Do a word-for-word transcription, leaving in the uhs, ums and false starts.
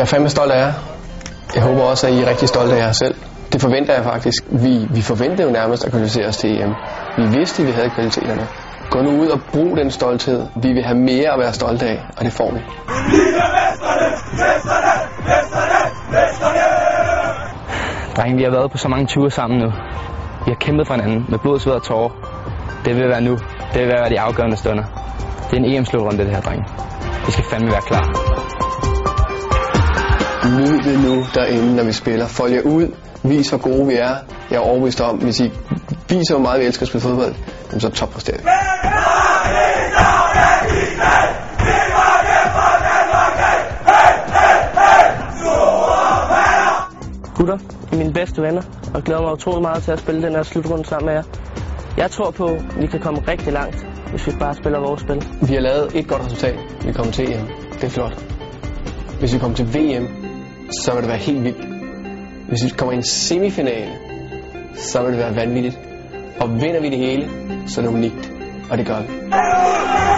Jeg er fandme stolt af jer. Jeg håber også, at I er rigtig stolte af jer selv. Det forventer jeg faktisk. Vi, vi forventede jo nærmest at kvalificere os til E M. Vi vidste, at vi havde kvaliteterne. Gå nu ud og brug den stolthed. Vi vil have mere at være stolte af, og det får vi. Drenge, vi har været på så mange ture sammen nu. Vi har kæmpet for hinanden med blod, sved og tårer. Det vil være nu. Det vil være de afgørende stunder. Det er en E M-slutrunde, det her, drenge. Vi skal fandme være klar. Nyd det nu derinde, når vi spiller. Fold jer ud. Vis, hvor gode vi er. Jeg er overbevist om, hvis I viser, hvor meget vi elsker at spille fodbold, så toppræsterer vi. Gutter, I er mine bedste venner, og glæder mig utrolig meget til at spille den her slutrunde sammen med jer. Jeg tror på, at vi kan komme rigtig langt, hvis vi bare spiller vores spil. Vi har lavet et godt resultat. Vi kommer til E M. Det er flot. Hvis vi kommer til V M, så vil det være helt vildt. Hvis vi kommer i en semifinale, så vil det være vanvittigt. Og vinder vi det hele, så er det unikt. Og det gør vi.